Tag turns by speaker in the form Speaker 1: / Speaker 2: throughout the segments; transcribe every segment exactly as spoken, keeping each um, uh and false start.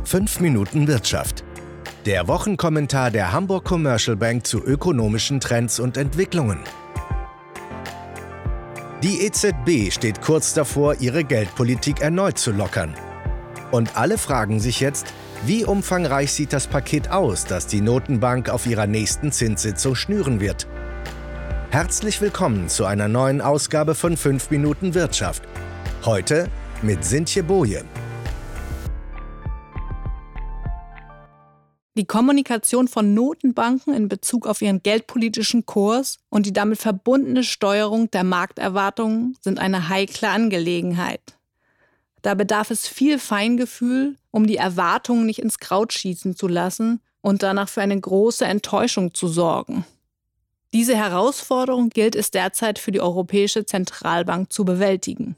Speaker 1: fünf Minuten Wirtschaft. Der Wochenkommentar der Hamburg Commercial Bank zu ökonomischen Trends und Entwicklungen. Die E Z B steht kurz davor, ihre Geldpolitik erneut zu lockern. Und alle fragen sich jetzt, wie umfangreich sieht das Paket aus, das die Notenbank auf ihrer nächsten Zinssitzung schnüren wird. Herzlich willkommen zu einer neuen Ausgabe von fünf Minuten Wirtschaft. Heute mit Sintje Boje.
Speaker 2: Die Kommunikation von Notenbanken in Bezug auf ihren geldpolitischen Kurs und die damit verbundene Steuerung der Markterwartungen sind eine heikle Angelegenheit. Da bedarf es viel Feingefühl, um die Erwartungen nicht ins Kraut schießen zu lassen und danach für eine große Enttäuschung zu sorgen. Diese Herausforderung gilt es derzeit für die Europäische Zentralbank zu bewältigen.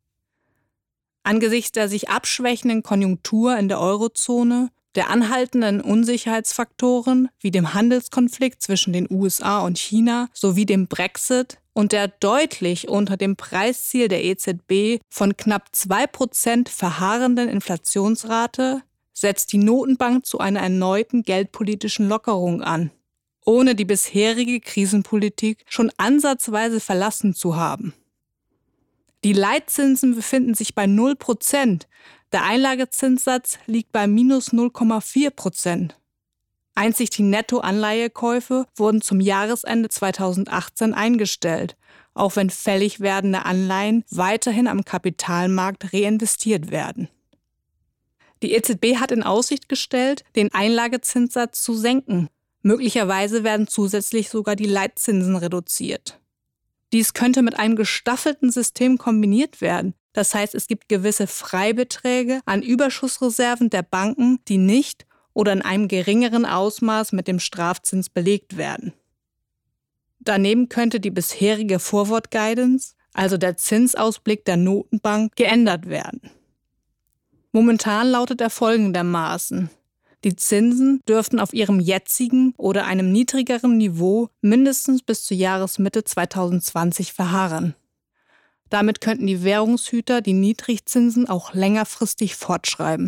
Speaker 2: Angesichts der sich abschwächenden Konjunktur in der Eurozone, der anhaltenden Unsicherheitsfaktoren wie dem Handelskonflikt zwischen den U S A und China sowie dem Brexit und der deutlich unter dem Preisziel der E Z B von knapp zwei Prozent verharrenden Inflationsrate setzt die Notenbank zu einer erneuten geldpolitischen Lockerung an, ohne die bisherige Krisenpolitik schon ansatzweise verlassen zu haben. Die Leitzinsen befinden sich bei null Prozent. Der Einlagezinssatz liegt bei minus null Komma vier Prozent. Einzig die Nettoanleihekäufe wurden zum Jahresende zweitausendachtzehn eingestellt, auch wenn fällig werdende Anleihen weiterhin am Kapitalmarkt reinvestiert werden. Die E Z B hat in Aussicht gestellt, den Einlagezinssatz zu senken. Möglicherweise werden zusätzlich sogar die Leitzinsen reduziert. Dies könnte mit einem gestaffelten System kombiniert werden. Das heißt, es gibt gewisse Freibeträge an Überschussreserven der Banken, die nicht oder in einem geringeren Ausmaß mit dem Strafzins belegt werden. Daneben könnte die bisherige Forward Guidance, also der Zinsausblick der Notenbank, geändert werden. Momentan lautet er folgendermaßen: Die Zinsen dürften auf ihrem jetzigen oder einem niedrigeren Niveau mindestens bis zur Jahresmitte zweitausendzwanzig verharren. Damit könnten die Währungshüter die Niedrigzinsen auch längerfristig fortschreiben.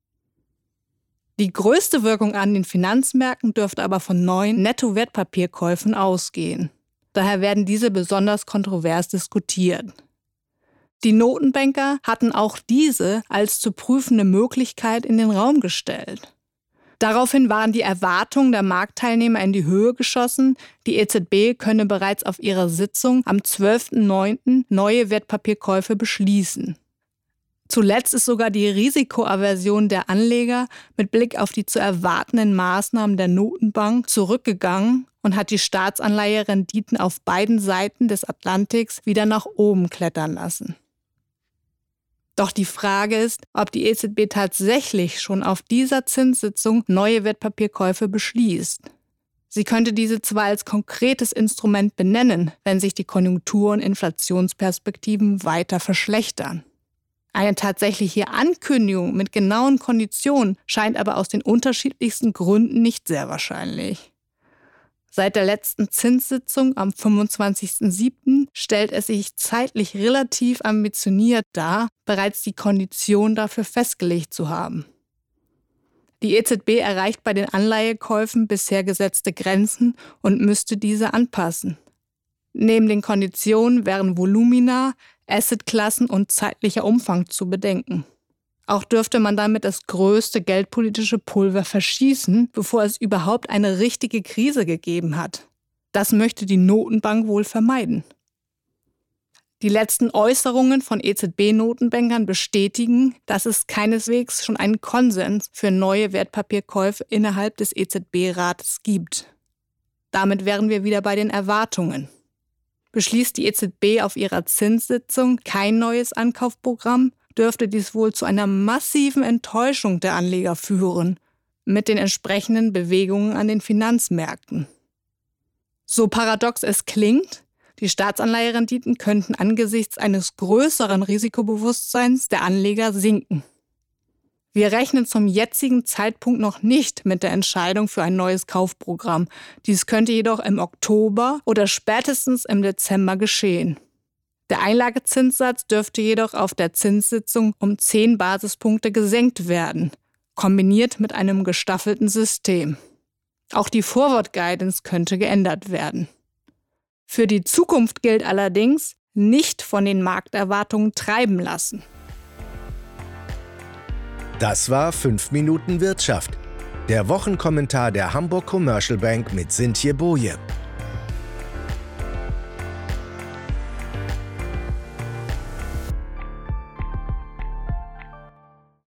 Speaker 2: Die größte Wirkung an den Finanzmärkten dürfte aber von neuen Netto-Wertpapierkäufen ausgehen. Daher werden diese besonders kontrovers diskutiert. Die Notenbanker hatten auch diese als zu prüfende Möglichkeit in den Raum gestellt. Daraufhin waren die Erwartungen der Marktteilnehmer in die Höhe geschossen, die E Z B könne bereits auf ihrer Sitzung am zwölften neunten neue Wertpapierkäufe beschließen. Zuletzt ist sogar die Risikoaversion der Anleger mit Blick auf die zu erwartenden Maßnahmen der Notenbank zurückgegangen und hat die Staatsanleiherenditen auf beiden Seiten des Atlantiks wieder nach oben klettern lassen. Doch die Frage ist, ob die E Z B tatsächlich schon auf dieser Zinssitzung neue Wertpapierkäufe beschließt. Sie könnte diese zwar als konkretes Instrument benennen, wenn sich die Konjunktur- und Inflationsperspektiven weiter verschlechtern. Eine tatsächliche Ankündigung mit genauen Konditionen scheint aber aus den unterschiedlichsten Gründen nicht sehr wahrscheinlich. Seit der letzten Zinssitzung am fünfundzwanzigsten siebten stellt es sich zeitlich relativ ambitioniert dar, bereits die Konditionen dafür festgelegt zu haben. Die E Z B erreicht bei den Anleihekäufen bisher gesetzte Grenzen und müsste diese anpassen. Neben den Konditionen wären Volumina, Assetklassen und zeitlicher Umfang zu bedenken. Auch dürfte man damit das größte geldpolitische Pulver verschießen, bevor es überhaupt eine richtige Krise gegeben hat. Das möchte die Notenbank wohl vermeiden. Die letzten Äußerungen von E Z B-Notenbankern bestätigen, dass es keineswegs schon einen Konsens für neue Wertpapierkäufe innerhalb des E Z B-Rates gibt. Damit wären wir wieder bei den Erwartungen. Beschließt die E Z B auf ihrer Zinssitzung kein neues Ankaufprogramm, dürfte dies wohl zu einer massiven Enttäuschung der Anleger führen, mit den entsprechenden Bewegungen an den Finanzmärkten. So paradox es klingt, die Staatsanleiherenditen könnten angesichts eines größeren Risikobewusstseins der Anleger sinken. Wir rechnen zum jetzigen Zeitpunkt noch nicht mit der Entscheidung für ein neues Kaufprogramm. Dies könnte jedoch im Oktober oder spätestens im Dezember geschehen. Der Einlagezinssatz dürfte jedoch auf der Zinssitzung um zehn Basispunkte gesenkt werden, kombiniert mit einem gestaffelten System. Auch die Forward Guidance könnte geändert werden. Für die Zukunft gilt allerdings, nicht von den Markterwartungen treiben lassen.
Speaker 1: Das war fünf Minuten Wirtschaft, der Wochenkommentar der Hamburg Commercial Bank mit Sintje Boje.